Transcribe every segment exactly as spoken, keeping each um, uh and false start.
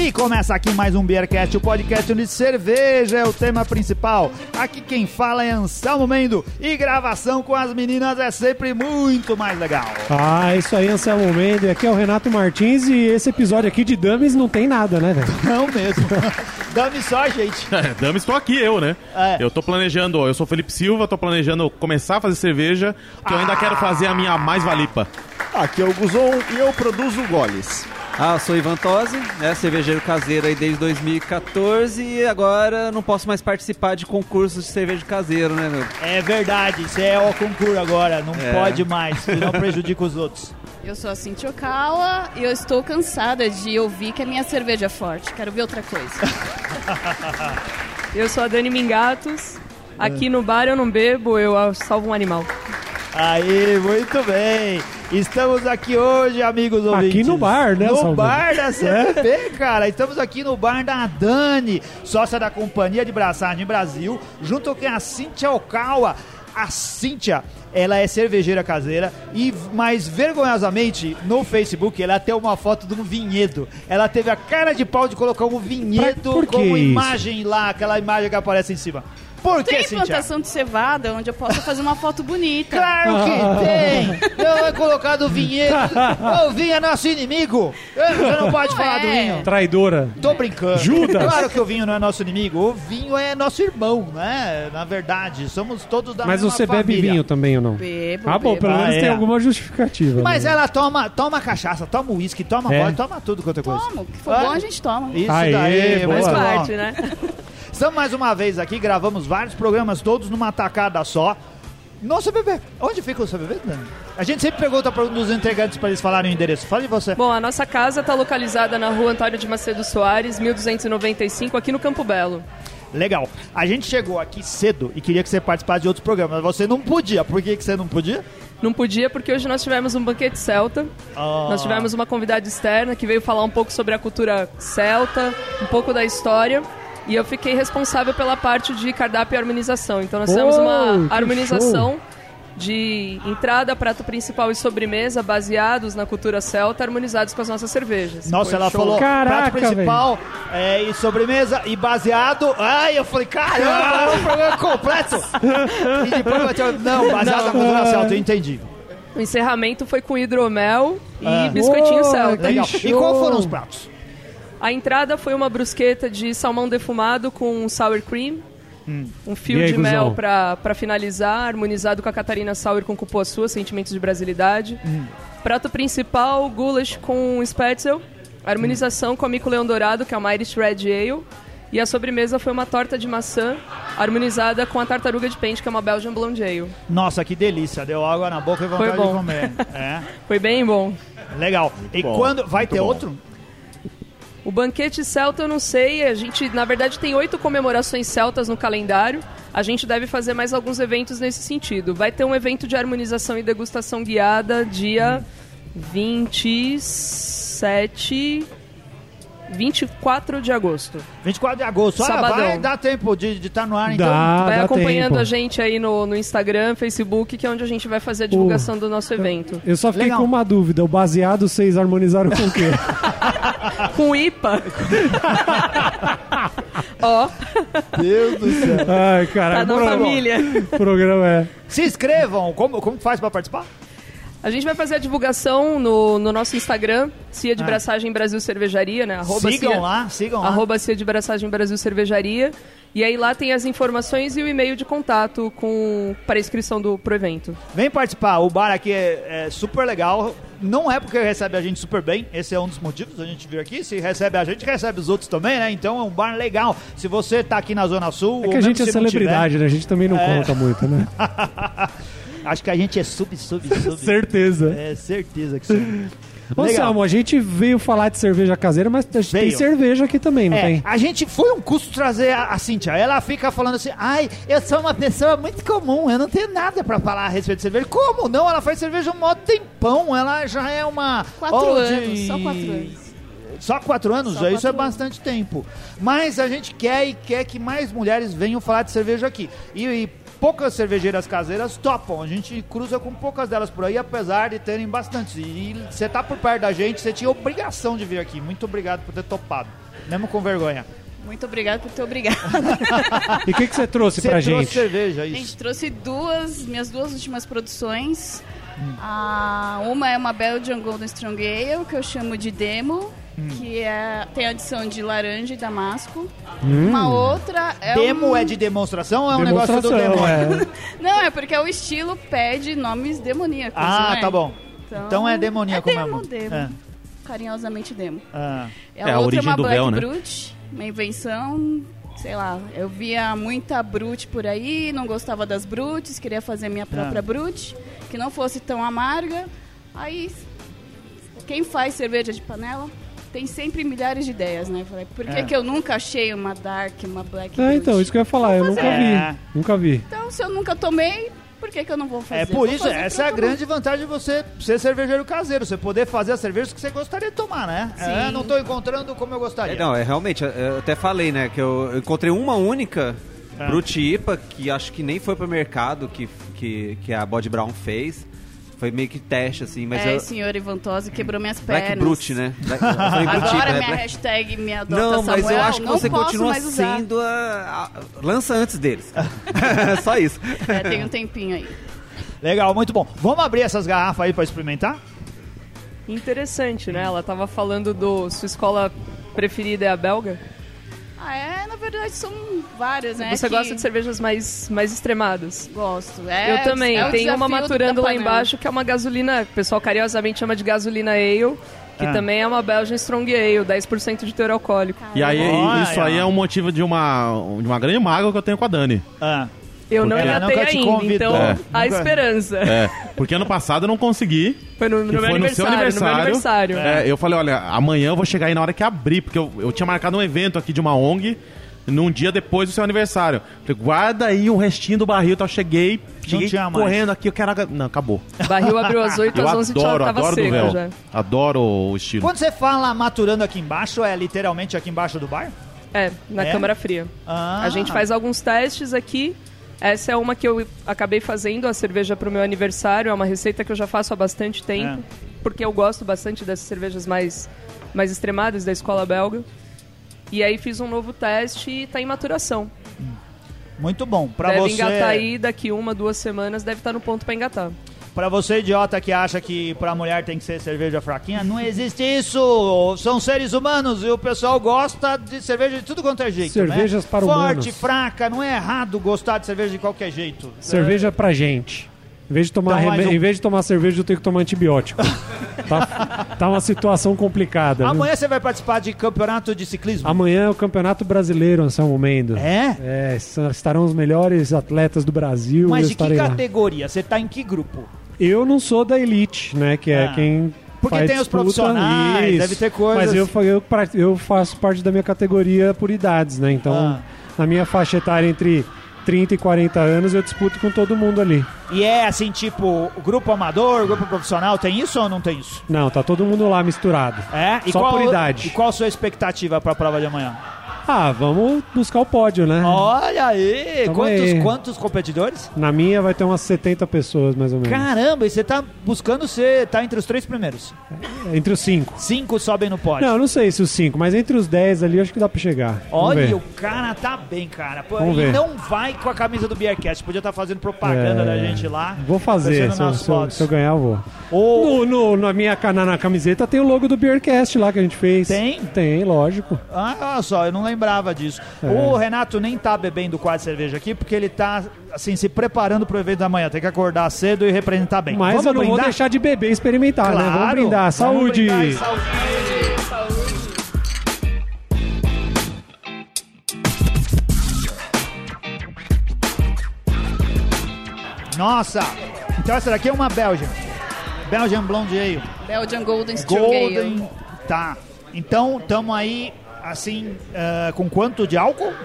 E começa aqui mais um Beercast, o podcast onde cerveja é o tema principal. Aqui quem fala é Anselmo Mendo e gravação com as meninas é sempre muito mais legal. Ah, isso aí, Anselmo Mendo. Aqui é o Renato Martins e esse episódio aqui de Dummies não tem nada, né, velho? Não mesmo. Dummies só a gente. É, Dummies tô aqui, eu, né? É. Eu tô planejando, eu sou Felipe Silva, tô planejando começar a fazer cerveja, que ah. eu ainda quero fazer a minha mais valipa. Aqui é o Guzon e eu produzo goles. Ah, eu sou Ivan Tosi, né, cervejeiro caseiro aí desde dois mil e catorze e agora não posso mais participar de concursos de cerveja caseiro, né, meu? É verdade, isso é o concurso agora, não é. pode mais, não prejudica os outros. Eu sou a Cintia Okawa e eu estou cansada de ouvir que a minha cerveja é forte, quero ver outra coisa. Eu sou a Dani Mingatos, aqui no bar eu não bebo, eu salvo um animal. Aí, muito bem. Estamos aqui hoje, amigos ouvintes. Aqui no bar, né? No Salve. bar da C P P, cara. Estamos aqui no bar da Dani, sócia da Companhia de Braçagem Brasil, junto com a Cintia Okawa. A Cintia, ela é cervejeira caseira e, mais vergonhosamente, no Facebook, ela tem uma foto de um vinhedo. Ela teve a cara de pau de colocar um vinhedo como isso? imagem lá, aquela imagem que aparece em cima. Por que, tem Cintia? plantação de cevada onde eu posso fazer uma foto bonita. Claro que tem! Não é colocado o vinhedo. O vinho é nosso inimigo. Você não pode não falar é. do vinho. Traidora. Tô brincando. Judas. Claro que o vinho não é nosso inimigo. O vinho é nosso irmão, né? Na verdade, somos todos da Mas mesma você família. bebe vinho também ou não? Bebo, Ah, bom, bebo. pelo menos ah, tem é. alguma justificativa. Mas né? ela toma, toma cachaça, toma uísque, toma É. vodka, toma tudo quanto é coisa. Toma, o que for Ah, bom a gente toma. Isso Aê, daí, boa. muito Faz bom. parte, né? Estamos mais uma vez aqui, gravamos vários programas todos numa tacada só. No C B B. Onde fica o C B B, Dani? A gente sempre pergunta para um dos integrantes para eles falarem o endereço. Fale você. Bom, a nossa casa está localizada na rua Antônio de Macedo Soares, mil duzentos e noventa e cinco, aqui no Campo Belo. Legal. A gente chegou aqui cedo e queria que você participasse de outros programas, mas você não podia. Por que, que você não podia? Não podia porque hoje nós tivemos um banquete celta, Ah. nós tivemos uma convidada externa que veio falar um pouco sobre a cultura celta, um pouco da história. E eu fiquei responsável pela parte de cardápio e harmonização. Então nós temos Oh, uma que harmonização show. de entrada, prato principal e sobremesa baseados na cultura celta, harmonizados com as nossas cervejas. Nossa, Foi ela show. falou Caraca, prato principal é, e sobremesa e baseado. Ai, eu falei, caramba, é um programa completo. E depois eu bati, não, baseado Não. na cultura celta, eu entendi. O encerramento foi com hidromel e Ah. biscoitinho Oh, celta. Legal. Que E qual show. foram os pratos? A entrada foi uma brusqueta de salmão defumado com sour cream, Hum. um fio E aí, de mel Guzão? pra, pra finalizar, harmonizado com a Catarina Sour com cupuaçu, sentimentos de brasilidade. Hum. Prato principal, goulash com spätzle, harmonização com a mico leão dourado, que é uma Irish Red Ale. E a sobremesa foi uma torta de maçã, harmonizada com a tartaruga de pente, que é uma Belgian Blonde Ale. Nossa, que delícia. Deu água na boca e vontade Foi bom. de comer. É, Foi bem bom. legal. E bom, quando vai muito ter bom. outro? O banquete celta eu não sei, a gente na verdade tem oito comemorações celtas no calendário, a gente deve fazer mais alguns eventos nesse sentido. Vai ter um evento de harmonização e degustação guiada dia vinte e sete, vinte e quatro de agosto. vinte e quatro de agosto. Olha, Sabadão. vai dar tempo de estar no ar, então. Dá, vai dá acompanhando tempo. a gente aí no, no Instagram, Facebook, que é onde a gente vai fazer a divulgação do nosso evento. Eu só fiquei Legal. com uma dúvida. O baseado vocês harmonizaram com o quê? Com I P A. Ó, Deus do céu. Ai, cara. tá na pro- família. O programa é... Se inscrevam. Como, como que faz pra participar? A gente vai fazer a divulgação no, no nosso Instagram, Cia de Ah. Braçagem Brasil Cervejaria, né? Arroba sigam Cia, lá, sigam lá. arroba Cia de Braçagem Brasil Cervejaria. E aí lá tem as informações e o e-mail de contato com, para a inscrição do, pro evento. Vem participar. O bar aqui é, é super legal. Não é porque recebe a gente super bem. Esse é um dos motivos da gente vir aqui. Se recebe a gente, recebe os outros também, né? Então é um bar legal. Se você tá aqui na Zona Sul... É ou que a mesmo gente é se não celebridade, né? A gente também não É. conta muito, né? tiver, acho que a gente é sub, sub, sub. Certeza. É, certeza que sim. Ô, Legal. Salmo, a gente veio falar de cerveja caseira, mas a gente tem Veio. cerveja aqui também, não É, tem? a gente foi um custo trazer a, a Cíntia. Ela fica falando assim, ai, eu sou uma pessoa muito comum, eu não tenho nada pra falar a respeito de cerveja. Como não? Ela faz cerveja um mó tempão, ela já é uma... Quatro oh, anos, de- só quatro anos. Só quatro anos? Só Isso quatro é bastante tempo. Mas a gente quer e quer que mais mulheres venham falar de cerveja aqui. E, e poucas cervejeiras caseiras topam. A gente cruza com poucas delas por aí, apesar de terem bastantes. E você tá por perto da gente, você tinha obrigação de vir aqui. Muito obrigado por ter topado. Mesmo com vergonha. Muito obrigado por ter obrigado. E o que, que você trouxe Você pra trouxe gente? cerveja, A isso. gente trouxe duas, minhas duas últimas produções. Ah, uma é uma Belgian Golden Strong Ale, que eu chamo de Demo, que é, tem adição de laranja e damasco. Uma outra é Demo um... é de demonstração ou é um negócio do Demonstração, demônio? é. Não, é porque o estilo pede nomes demoníacos, Ah, não é? tá bom. Então, Então é demoníaco é demo, mesmo. Demo. É. Carinhosamente Demo. Ah. É, É, a a outra origem é uma do Black véu, né? Brute, uma invenção, sei lá, eu via muita Brute por aí, não gostava das Brutes, queria fazer minha própria Ah. Brute, que não fosse tão amarga. Aí, quem faz cerveja de panela tem sempre milhares de ideias, né? Falei, por que, É. que eu nunca achei uma Dark, uma Black É, Brute? então, isso que eu ia falar, eu nunca É. vi. Nunca vi. Então, se eu nunca tomei, por que, que eu não vou fazer? É por Vou isso, fazer essa é a pra tomar. grande vantagem de você ser cervejeiro caseiro, você poder fazer as cervejas que você gostaria de tomar, né? Sim. É, não tô encontrando como eu gostaria. É, não, é realmente, eu até falei, né, que eu, eu encontrei uma única É. Brute I P A, que acho que nem foi pro mercado, que, que, que a Body Brown fez. Foi meio que teste, assim, mas É, eu... senhor Ivan Tosi quebrou minhas Black pernas. Brute, né? Black, eu falei Brute I P A, Agora né? minha Black- hashtag me adota Não, mas Samuel, eu acho que não você posso continua mais usar. sendo a, a- lança antes deles. Só isso. É, tem um tempinho aí. Legal, muito bom. Vamos abrir essas garrafas aí pra experimentar? Interessante, né? Ela tava falando do sua escola preferida é a belga. Ah, é, na verdade são várias, né? Você que gosta de cervejas mais, mais extremadas? Gosto. É, Eu também. é o Tem uma desafio maturando da lá panela. embaixo que é uma gasolina, o pessoal carinhosamente chama de gasolina ale, que Ah. também é uma Belgian Strong Ale, dez por cento de teor alcoólico. E aí, Olha. isso aí é um motivo de uma, de uma grande mágoa que eu tenho com a Dani. Ah. Eu não Porque ela engatei nunca te ainda, convidou. então É. há Nunca- esperança. É, porque ano passado eu não consegui. Foi no, no Que meu foi no seu aniversário, no meu aniversário. aniversário. É, eu falei, olha, amanhã eu vou chegar aí na hora que abrir, porque eu, eu tinha marcado um evento aqui de uma O N G num dia depois do seu aniversário. Falei, guarda aí o restinho do barril. Então eu cheguei, cheguei tinha mais. correndo aqui, eu quero... aga- Não, acabou. O barril abriu às oito, Eu às onze já adoro, tava adoro do seco véu. já. Adoro o estilo. Quando você fala maturando aqui embaixo, é literalmente aqui embaixo do bar? É, na É? câmara fria. Ah. A gente faz alguns testes aqui. Essa é uma que eu acabei fazendo, a cerveja pro meu aniversário. É uma receita que eu já faço há bastante tempo, É. porque eu gosto bastante dessas cervejas mais, mais extremadas da escola belga. E aí fiz um novo teste e tá em maturação. Muito bom. Pra deve você, engatar aí daqui uma, duas semanas, deve estar no ponto pra engatar. pra você idiota que acha que pra mulher tem que ser cerveja fraquinha, não existe isso. São seres humanos e o pessoal gosta de cerveja de tudo quanto é jeito, Cervejas né? para Forte, humanos. fraca, não é errado gostar de cerveja de qualquer jeito. Cerveja pra gente. Em vez de tomar, Então, mais remé- um. em vez de tomar cerveja, eu tenho que tomar antibiótico. tá, tá uma situação complicada. viu? Amanhã você vai participar de campeonato de ciclismo? Amanhã é o Campeonato Brasileiro, Anselmo Mendes. É? É, s- estarão os melhores atletas do Brasil. Mas eu de que estarei lá. categoria? Você tá em que grupo? Eu não sou da elite, né? Que é Ah. quem. Porque faz tem os disputa, profissionais, isso. deve ter coisas- Mas eu, fa- eu, pra- eu faço parte da minha categoria por idades, né? Então, Ah. na minha faixa etária entre trinta e quarenta anos, eu disputo com todo mundo ali. E é assim, tipo, grupo amador, grupo profissional, tem isso ou não tem isso? Não, tá todo mundo lá misturado. É? E Só qual, por idade. E qual a sua expectativa pra prova de amanhã? Ah, vamos buscar o pódio, né? Olha aí! Tamo Quantos, aí. quantos competidores? Na minha vai ter umas setenta pessoas, mais ou menos. Caramba, e você tá buscando ser, tá entre os três primeiros. Entre os cinco. Cinco sobem no pódio. Não, não sei se os cinco, mas entre os dez ali eu acho que dá pra chegar. Vamos Olha, ver. o cara tá bem, cara. Pô, Vamos e ver. não vai com a camisa do Beercast. Podia estar fazendo propaganda É, da gente lá. Vou fazer, fazendo se eu, nossos se eu- votos. se eu ganhar eu vou. Ô, No, no- na minha cana- na camiseta tem o logo do Beercast lá que a gente fez. Tem? Tem, lógico. Ah, olha só, eu não lembrava disso. É. O Renato nem tá bebendo quase cerveja aqui, porque ele tá, assim, se preparando pro evento da manhã. Tem que acordar cedo e representar bem. Mas Vamos eu não brindar? vou deixar de beber e experimentar, né? Vamos Claro. brindar. Vamos Saúde! brindar e saúde. Nossa! Então essa daqui é uma Belgian. Belgian Blonde Ale. Belgian Golden Strong Ale. Golden. Tá. Então, tamo aí, assim, ah, com quanto de álcool?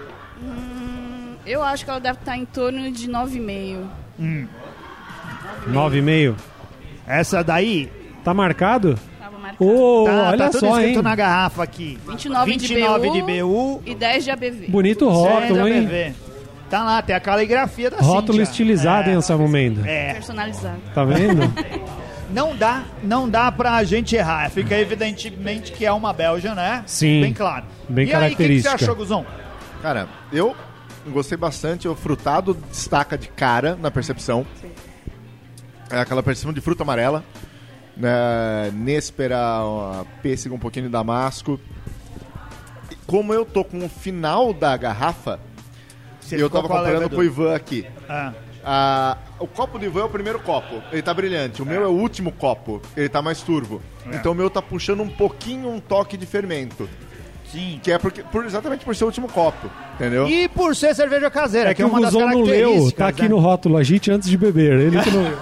Eu acho que ela deve estar em torno de nove vírgula cinco. nove e meio. Essa daí, Tá marcado? Tava marcado. Ô, Tá, olha tá tudo só, escrito hein? na garrafa aqui. vinte e nove, vinte e nove de B U. e dez de A B V. Bonito Sério, rótulo, hein? A B V. Tá lá, tem a caligrafia da Rótulo Cíntia. estilizado, hein, Anselmo Mendes? É, Personalizado. Tá vendo? não dá, não dá pra gente errar. Fica evidentemente que é uma Belgian, né? Sim. Bem claro. Bem e aí, o que que característica. você achou, Guzão? Cara, eu gostei bastante. O frutado destaca de cara na percepção. É aquela percepção de fruta amarela. Né? Néspera, ó, pêssego, um pouquinho de damasco. E como eu tô com o final da garrafa, Você eu ficou tava com a comparando leve com o do- Ivan aqui. Ah, Ah, o copo do Ivan é o primeiro copo. Ele tá brilhante. O meu é o último copo. Ele tá mais turvo. É. Então o meu tá puxando um pouquinho um toque de fermento. sim. Que é porque, por, exatamente por ser o último copo. Entendeu? E por ser cerveja caseira, É que que é o uma das Guzão não leu, características. tá aqui né? no rótulo, agite antes de beber. Ele que não leu.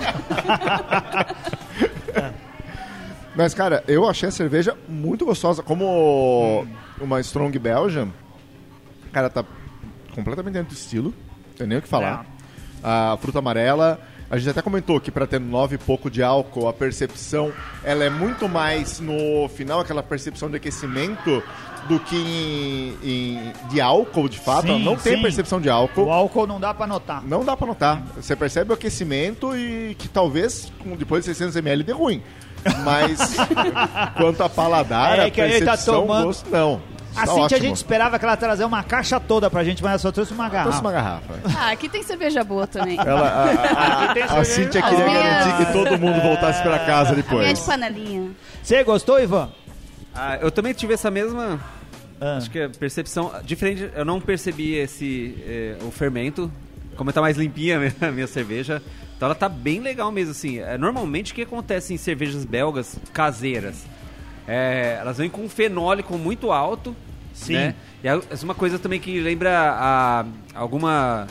Mas, cara, eu achei a cerveja muito gostosa. Como uma Strong Belgian, cara, tá completamente dentro do estilo. Não tem nem o que falar. A fruta amarela, a gente até comentou que pra ter nove e pouco de álcool, a percepção, ela é muito mais no final, aquela percepção de aquecimento do que em, em- de álcool, de fato. Sim, Ela não tem sim. percepção de álcool. O álcool não dá pra notar. Não dá pra notar. Você percebe o aquecimento e que talvez com- depois de seiscentos mililitros dê ruim. Mas quanto a paladar, É a que a gente tá percepção, tomando- gosto, não. Tá Assim que a ótimo. gente esperava que ela trazer uma caixa toda pra gente, mas ela só trouxe uma garrafa. Trouxe uma garrafa. Ah, aqui tem cerveja boa também. Ela, a, a, Aqui tem a, a cerveja. Cíntia As queria minhas- garantir que todo mundo voltasse pra casa A minha é de depois. panelinha. Você gostou, Ivan? Ah, eu também tive essa mesma, Ah. acho que a percepção diferente. Eu não percebi esse eh, o fermento, como tá mais limpinha a minha, a minha cerveja. Então ela tá bem legal mesmo assim. É, normalmente o que acontece em cervejas belgas caseiras? É, elas vêm com um fenólico muito alto. Sim. Né? E é uma coisa também que lembra a, alguma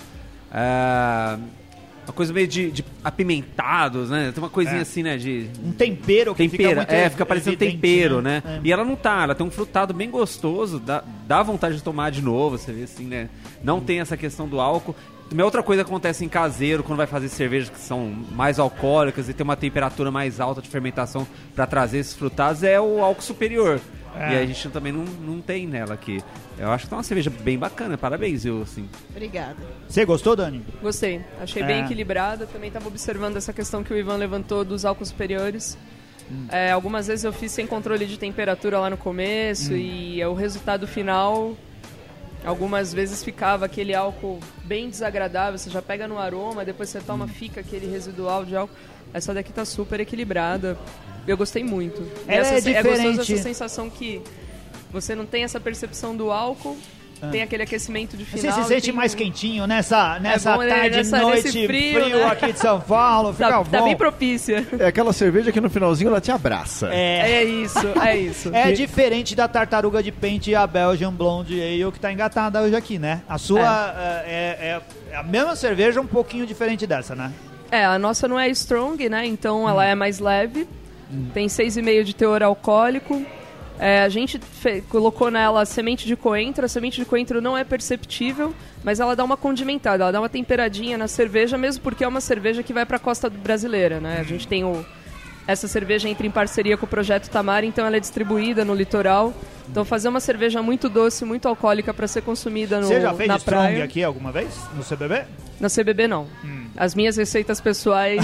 a, uma coisa meio de, de apimentados, né? Tem uma coisinha É. assim, né? De Um tempero que tempero, fica muito é, fica parecendo evidente, tempero, né? É. E ela não tá, ela tem um frutado bem gostoso, dá, dá vontade de tomar de novo, você vê assim, né? Não tem essa questão do álcool. Também outra coisa que acontece em caseiro, quando vai fazer cervejas que são mais alcoólicas e tem uma temperatura mais alta de fermentação para trazer esses frutados, é o álcool superior. É. E a gente também não, não tem nela aqui. Eu acho que tá uma cerveja bem bacana, parabéns, eu, assim. Obrigada. Você gostou, Dani? Gostei, achei É. bem equilibrada. Também estava observando essa questão que o Ivan levantou dos álcools superiores. É, algumas vezes eu fiz sem controle de temperatura lá no começo e é, o resultado final, algumas vezes ficava aquele álcool bem desagradável. Você já pega no aroma, depois você toma, fica aquele residual de álcool. Essa daqui tá super equilibrada. Eu gostei muito. E Ela essa, é é gostoso diferente. essa sensação que você não tem essa percepção do álcool, tem aquele aquecimento de final. Você se e sente tem mais um- quentinho nessa, nessa bom, né? tarde, Nessa- noite, nesse frio, frio, né? aqui de São Paulo. Fica Tá, bom. tá bem propícia. É aquela cerveja que no finalzinho ela te abraça. É, É isso, é isso. é diferente da tartaruga de pente e a Belgian Blonde Ale que tá engatada hoje aqui, né? A sua é, é- é a mesma cerveja, um pouquinho diferente dessa, né? É, a nossa não é strong, né? Então ela é mais leve. Tem seis vírgula cinco de teor alcoólico. É, a gente fe- colocou nela semente de coentro. A semente de coentro não é perceptível, mas ela dá uma condimentada, ela dá uma temperadinha na cerveja, mesmo porque é uma cerveja que vai para a costa brasileira, né? A gente tem o... Essa cerveja entra em parceria com o Projeto Tamar, então ela é distribuída no litoral. Então fazer uma cerveja muito doce, muito alcoólica para ser consumida no, Você já fez na Strong praia. aqui alguma vez? No C B B? Na C B B não. As minhas receitas pessoais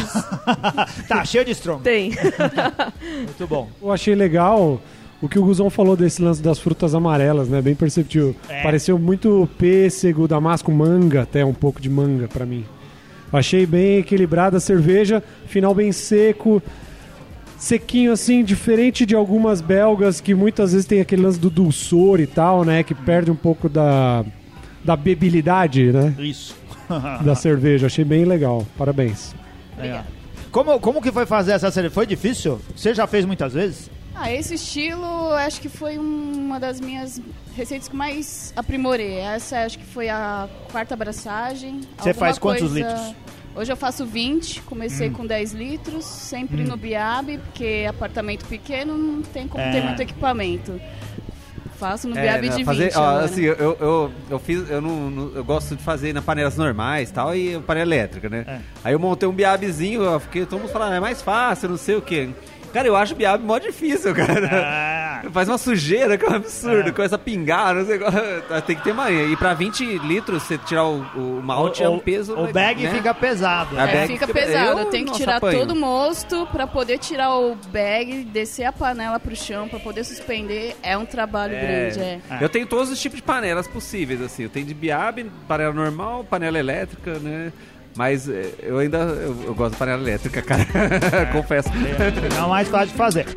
Tá cheio de Strong. tem. Muito bom. Eu achei legal o que o Guzão falou desse lance das frutas amarelas, né? Bem perceptível. É. Pareceu muito pêssego, damasco, manga, até um pouco de manga pra mim. Achei bem equilibrada a cerveja, final bem seco, sequinho assim, diferente de algumas belgas que muitas vezes tem aquele lance do dulçor e tal, né? Que perde um pouco da, da bebilidade, né? Isso. Da cerveja. Achei bem legal. Parabéns. É. Como, como que foi fazer essa série? Foi difícil? Você já fez muitas vezes? Ah, esse estilo acho que foi uma das minhas receitas que mais aprimorei. Essa acho que foi a quarta abraçagem. Você Alguma faz quantos coisa- litros? Hoje eu faço vinte, comecei Hum. com dez litros, sempre no Biab, porque apartamento pequeno não tem como É. ter muito equipamento. Faço no É, Biab né, de fazer, vinte ó, agora. assim, eu, eu, eu fiz, eu não, não- eu gosto de fazer na panelas normais, tal, e panela elétrica, né? É. Aí eu montei um biabzinho, eu fiquei, todo mundo falando, é mais fácil, não sei o quê. Cara, eu acho o Biab mó difícil, cara. Ah. Faz uma sujeira que é um absurdo, É. começa a pingar, não sei, tem que ter manha. E pra vinte litros, você tirar o, o malte é um peso... O bag né? fica pesado. A É, bag fica fica- pesado. eu, Tem que nossa, tirar apanho. todo o mosto pra poder tirar o bag, descer a panela pro chão, pra poder suspender. É um trabalho É. grande, é. Eu tenho todos os tipos de panelas possíveis, assim. Eu tenho de Biab, panela normal, panela elétrica, né? Mas é, eu ainda eu, eu gosto de panela elétrica, cara. Confesso. É o mais fácil de fazer.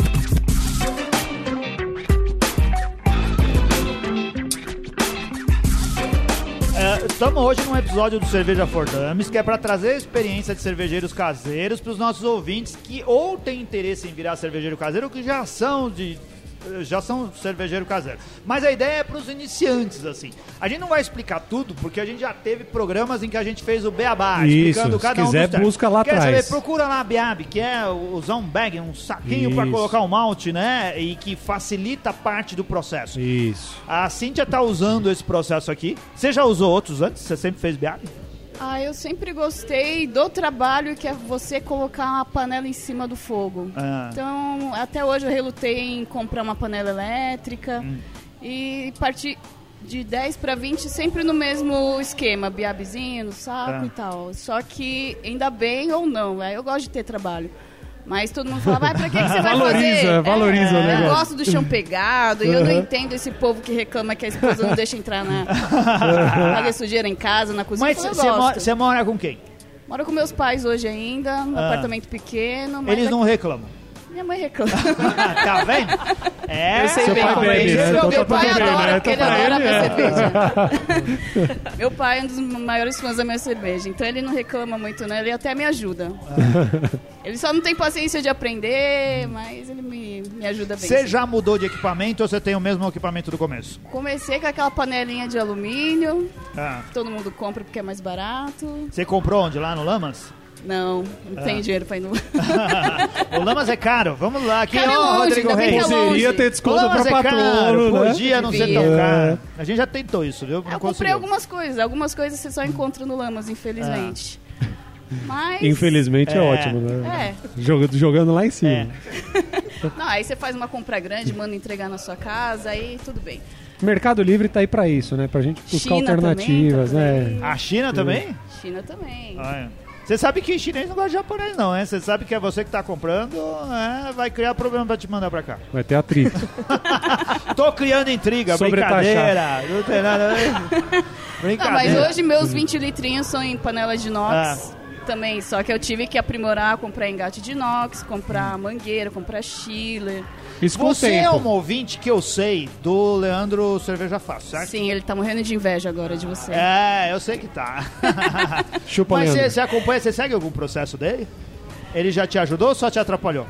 Estamos hoje num episódio do Cerveja for Dummies, que é para trazer a experiência de cervejeiros caseiros para os nossos ouvintes que ou têm interesse em virar cervejeiro caseiro ou que já são de já são cervejeiro caseiro. Mas a ideia é para os iniciantes, assim. A gente não vai explicar tudo, porque a gente já teve programas em que a gente fez o beabá, Isso, explicando se cada um quiser, dos termos. busca lá Quer atrás. saber? Procura lá a Biab, que é usar um bag, um saquinho para Isso. colocar o malte, né? E que facilita parte do processo. Isso. A Cíntia tá usando esse processo aqui. Você já usou outros antes? Você sempre fez Biab? Ah, eu sempre gostei do trabalho que é você colocar uma panela em cima do fogo. Ah. Então, até hoje eu relutei em comprar uma panela elétrica Hum. e parti de dez para vinte sempre no mesmo esquema, biabzinho, no saco Ah. e tal. Só que, ainda bem ou não, é, eu gosto de ter trabalho. Mas todo mundo fala, vai, pra que, que você vai Valoriza, fazer? valoriza o Eu negócio. gosto do chão pegado e eu não Uhum. entendo esse povo que reclama que a esposa não deixa entrar na... fazer sujeira em casa, na cozinha. Mas Eu falo, você eu mora, gosto. você mora com quem? Moro com meus pais hoje ainda, num Ah. apartamento pequeno. Mas Eles não aqui- reclamam. Minha mãe reclama. Tá vendo? É, Eu sei Seu bem pai como bebe, é isso. né? Então Meu tá pai tudo bem, adora, né? porque ele Então pra adora ele, minha é. cerveja. Meu pai é um dos maiores fãs da minha cerveja, então ele não reclama muito, né? Ele até me ajuda. Ele só não tem paciência de aprender, mas ele me, me ajuda bem. Você já mudou de equipamento ou você tem o mesmo equipamento do começo? Comecei com aquela panelinha de alumínio, Ah. que todo mundo compra porque é mais barato. Você comprou onde? Lá no Lamas? Não, não tenho dinheiro pra ir no... O Lamas é caro. Vamos lá. Aqui, Caro é ó, longe, Rodrigo ainda bem que é Reis. longe. Poderia ter O desconto Lamas pra é caro. patrono, né? Podia não ser Devia. tão caro. A gente já tentou isso, viu? Não Eu comprei conseguiu. algumas coisas, algumas coisas você só encontra no Lamas, infelizmente. Mas... Infelizmente é, É. ótimo, né? É. Jogando, jogando lá em cima. É. Não, aí você faz uma compra grande, manda entregar na sua casa, aí tudo bem. Mercado Livre tá aí pra isso, né? Pra gente buscar China alternativas, também, né? tá A China também? China também. Olha. Você sabe que chinês não gosta de japonês, não, né? Você sabe que é você que tá comprando, é, vai criar problema pra te mandar pra cá. Vai ter atrito. Tô criando intriga, Sobretaxar. brincadeira. Não tem nada a ver. Não, Brincadeira. mas hoje meus vinte litrinhos são em panela de inox também, só que eu tive que aprimorar, comprar engate de inox, comprar mangueira, comprar chiller. Isso com o Você é tempo. um ouvinte que eu sei do Leandro Cerveja Fácil, certo? Sim, ele tá morrendo de inveja agora de você. É, eu sei que tá. Chupa, Mas Leandro. você, você acompanha, você segue algum processo dele? Ele já te ajudou ou só te atrapalhou?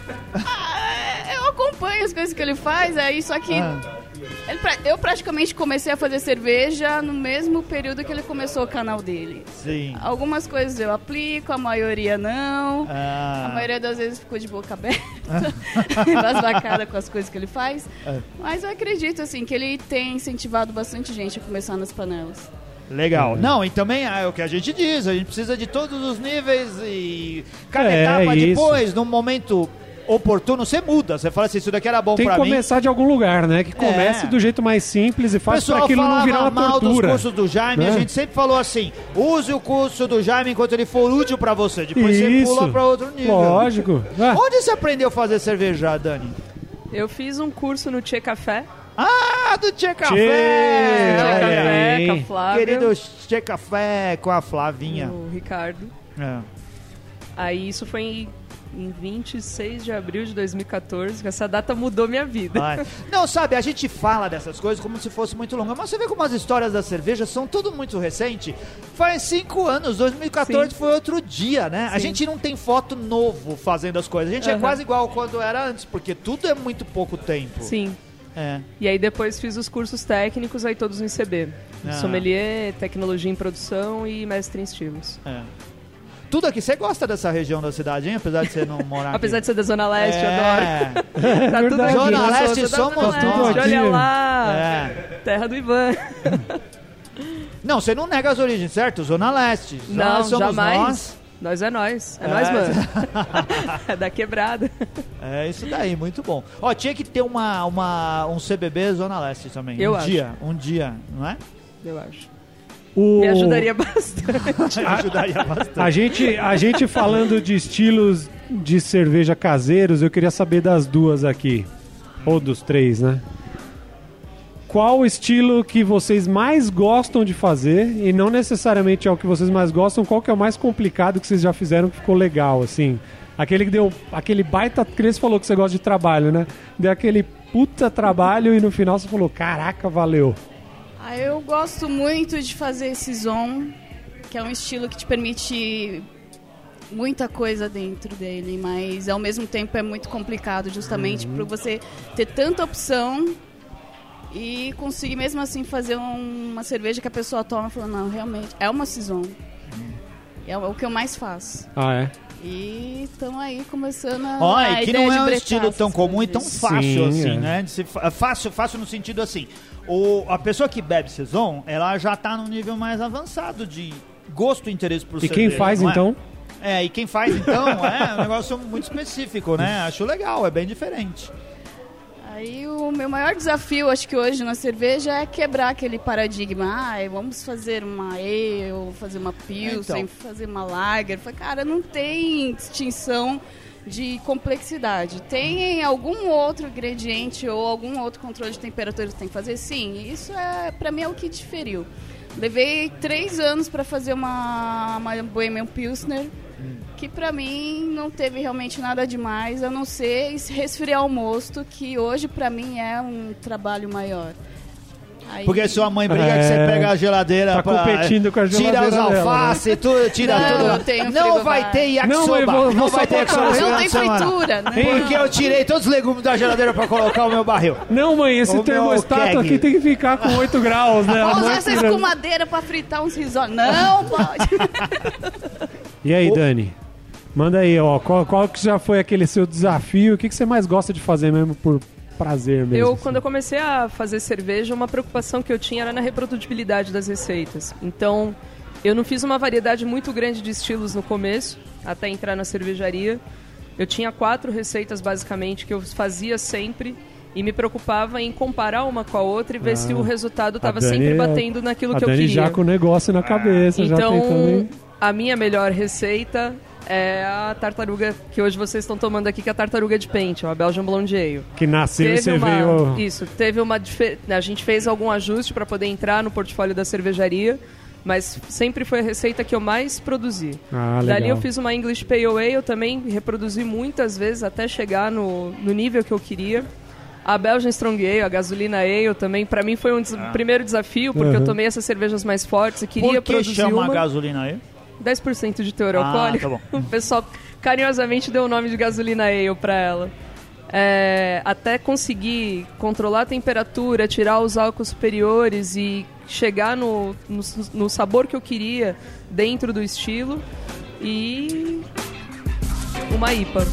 Ah, eu acompanho as coisas que ele faz, aí só que Ah. ele pra- eu praticamente comecei a fazer cerveja no mesmo período que ele começou o canal dele. Sim. Algumas coisas eu aplico, a maioria não. Ah. A maioria das vezes ficou de boca aberta, embasbacada com as coisas que ele faz. É. Mas eu acredito, assim, que ele tem incentivado bastante gente a começar nas panelas. Legal. Não, e também é o que a gente diz, a gente precisa de todos os níveis e cada É, etapa isso. depois, num momento oportuno, você muda. Você fala assim, isso daqui era bom Tem que pra mim. começar de algum lugar, né? Que comece É. do jeito mais simples e O faça pessoal pra aquilo não falava virar uma mal tortura. dos cursos do Jaime, né? a gente sempre falou assim, use o curso do Jaime enquanto ele for útil pra você, depois você Isso. pula pra outro nível. Lógico. Ah, Onde você aprendeu a fazer cerveja, Dani? Eu fiz um curso no Tchê Café. Ah, do Tchê Café! Tchê Olha Café, aí. com a Flávia. Querido Tchê Café com a Flavinha. O Ricardo. É. Aí isso foi em, em vinte e seis de abril de dois mil e quatorze, que essa data mudou minha vida. Vai. Não, sabe, a gente fala dessas coisas como se fosse muito longa, mas você vê como as histórias da cerveja são tudo muito recente. Faz cinco anos, dois mil e quatorze Sim. foi outro dia, né? A Sim. gente não tem foto novo fazendo as coisas. A gente é Aham. quase igual quando era antes, porque tudo é muito pouco tempo. Sim. É. E aí depois fiz os cursos técnicos, aí todos no I C B. Ah. Sommelier, tecnologia em produção e mestre em estilos. É. Tudo aqui, você gosta dessa região da cidade, hein? Apesar de você não morar aqui. Apesar de ser da Zona Leste, eu adoro. É. Tá tudo aqui. Zona eu sou- Leste sou da somos Zona Leste, nós. Olha lá. É. Terra do Ivan. Não, você não nega as origens, certo? Zona Leste. Zona Não, somos jamais. nós. Nós é nós. É, É. nós, mano. É da quebrada. É isso daí, muito bom. Ó, tinha que ter uma, uma, um C B B Zona Leste também. Eu um acho. dia, um dia, não é? Eu acho. O... Me ajudaria bastante. Ajudaria bastante. A gente, a gente falando de estilos de cerveja caseiros, eu queria saber das duas aqui. Ou dos três, né? Qual o estilo que vocês mais gostam de fazer? E não necessariamente é o que vocês mais gostam. Qual que é o mais complicado que vocês já fizeram que ficou legal, assim? Aquele que deu... Aquele baita... Que você falou que você gosta de trabalho, né? Deu aquele puta trabalho e no final você falou, caraca, valeu. Ah, eu gosto muito de fazer esse Saison, que é um estilo que te permite muita coisa dentro dele, mas ao mesmo tempo é muito complicado, justamente por você ter tanta opção e conseguir mesmo assim fazer um- uma cerveja que a pessoa toma e fala, não, realmente, é uma Saison. É o que eu mais faço. Ah, é? E estão aí começando a, Ó, a e que ideia não de é um bretar estilo tão essas comum e tão coisas. fácil Sim, assim, é. né? De se fa- fácil, fácil no sentido assim, o, a pessoa que bebe Saison, ela já tá num nível mais avançado de gosto e interesse por E cerveja. quem faz, não é? então? É, e quem faz então é um negócio muito específico, né? Acho legal, é bem diferente. Aí o meu maior desafio, acho que hoje na cerveja, é quebrar aquele paradigma. Ah, vamos fazer uma ale, fazer uma pilsen, Então. fazer uma lager. Falei, cara, não tem distinção de complexidade. Tem algum outro ingrediente ou algum outro controle de temperatura que você tem que fazer? Sim, isso é, pra mim é o que diferiu. Levei três anos para fazer uma, uma Bohemian Pilsner, que pra mim não teve realmente nada demais, a não ser esse resfriar o mosto, que hoje pra mim é um trabalho maior. Aí- Porque sua mãe briga É, que você pega a geladeira tá pra... competindo com a Tira os geladeira dela, né? alface, tu, tira Não, tudo. eu tenho não frigobar. vai ter yakisoba. Não, eu vou- Não vou vai só ter yakisoba botar- esse Não final tem de semana. fritura, né? Porque eu tirei todos os legumes da geladeira pra colocar o meu barril. Não, mãe, esse O meu termostato keg. aqui tem que ficar com oito graus, né? A Vamos mãe usar essa tirando. escumadeira pra fritar uns risotos. Não pode. E aí, Dani? Manda aí, ó. Qual, qual que já foi aquele seu desafio? O que, que você mais gosta de fazer mesmo por prazer mesmo? Eu, assim? quando eu comecei a fazer cerveja, uma preocupação que eu tinha era na reprodutibilidade das receitas. Então, eu não fiz uma variedade muito grande de estilos no começo, até entrar na cervejaria. Eu tinha quatro receitas, basicamente, que eu fazia sempre e me preocupava em comparar uma com a outra e ver Ah, se o resultado estava Dani sempre é- batendo naquilo A que eu Dani queria. já com o negócio na cabeça, já Então, tentando... a minha melhor receita é a tartaruga que hoje vocês estão tomando aqui, que é a tartaruga de pente, é a Belgian Blonde Ale. Que nasceu e Teve você uma, veio... Isso, teve uma difer... A gente fez algum ajuste para poder entrar no portfólio da cervejaria, mas sempre foi a receita que eu mais produzi. Ah, Dali legal. eu fiz uma English Pale Ale, eu também reproduzi muitas vezes até chegar no, no nível que eu queria. A Belgian Strong Ale, a Gasolina Ale também, para mim foi um des... primeiro desafio, porque Uhum. eu tomei essas cervejas mais fortes e queria Por que produzir chama uma. gasolina aí? dez por cento de teor Ah, alcoólico. tá bom. O pessoal carinhosamente deu o nome de gasolina ale pra ela. É, até conseguir controlar a temperatura, tirar os álcools superiores e chegar no, no, no sabor que eu queria dentro do estilo. E uma I P A.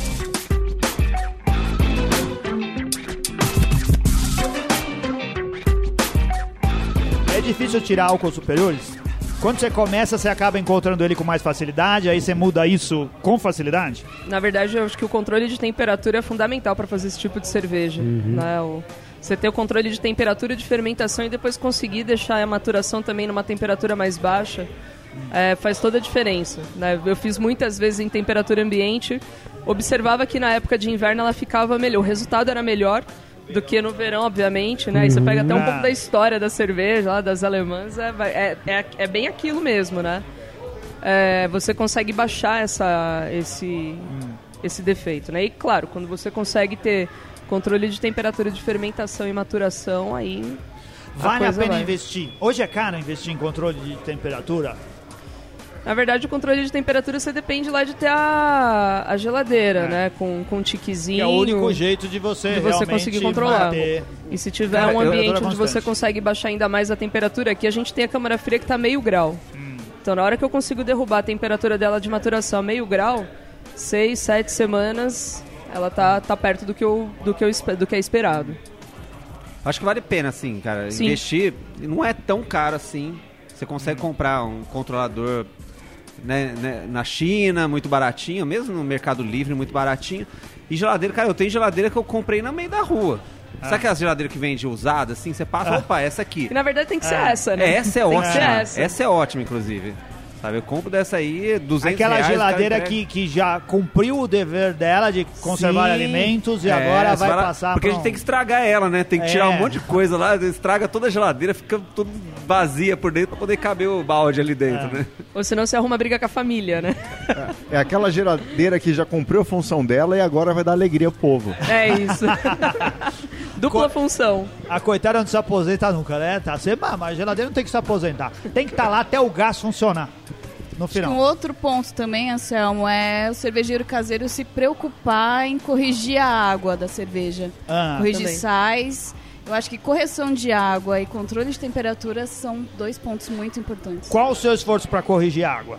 É difícil tirar álcools superiores? Quando você começa, você acaba encontrando ele com mais facilidade, aí você muda isso com facilidade? Na verdade, eu acho que o controle de temperatura é fundamental para fazer esse tipo de cerveja. Né? O- você ter o controle de temperatura de fermentação e depois conseguir deixar a maturação também numa temperatura mais baixa é, faz toda a diferença. Né? Eu fiz muitas vezes em temperatura ambiente, observava que na época de inverno ela ficava melhor, o resultado era melhor do que no verão, obviamente, né? E você pega até um Ah. pouco da história da cerveja, lá das alemãs, é, vai- é, é, é bem aquilo mesmo, né? É, você consegue baixar essa, esse, esse defeito, né? E claro, quando você consegue ter controle de temperatura de fermentação e maturação, aí Vale a, coisa pena vai. investir? Hoje é caro investir em controle de temperatura? na verdade o controle de temperatura você depende lá de ter a, a geladeira, né? Com, com um tiquezinho. Que é o único jeito de você de você realmente conseguir controlar. manter... E se tiver Cara, um eu- ambiente temperatura onde você constante. consegue baixar ainda mais a temperatura, aqui a gente tem a câmara fria que está meio grau. Então na hora que eu consigo derrubar a temperatura dela de maturação a meio grau, seis, sete semanas, ela tá, tá perto do que, eu, do, que eu, espe- do que é esperado. Acho que vale a pena, assim, cara. Sim. Investir não é tão caro assim. Você consegue comprar um controlador né, né, na China, muito baratinho, mesmo no Mercado Livre, muito baratinho. E geladeira, cara, eu tenho geladeira que eu comprei no meio da rua. Ah. Sabe aquelas geladeiras que vende usada, assim? Você passa, Ah. opa, essa aqui. E na verdade tem que ser É. essa, né? É, essa é Tem que ótima. ser essa. Essa é ótima, inclusive. Sabe, eu compro dessa aí, duzentos Aquela reais, o cara geladeira entrega. que, que já cumpriu o dever dela de conservar Sim. alimentos e É, agora você vai lá- passar Porque pra a gente um- tem que estragar ela, né? Tem que tirar É. um monte de coisa lá, estraga toda a geladeira, fica tudo vazia por dentro pra poder caber o balde ali dentro, É. né? Ou senão você arruma briga com a família, né? É aquela geladeira que já cumpriu a função dela e agora vai dar alegria ao povo. É isso. Dupla função. A coitada não se aposenta nunca, né? Tá sempre, ah, mas a geladeira não tem que se aposentar. Tem que estar lá até o gás funcionar. No Um final. outro ponto também, Anselmo, é o cervejeiro caseiro se preocupar em corrigir a água da cerveja. Ah, corrigir também. sais. Eu acho que correção de água e controle de temperatura são dois pontos muito importantes. Qual o seu esforço para corrigir a água?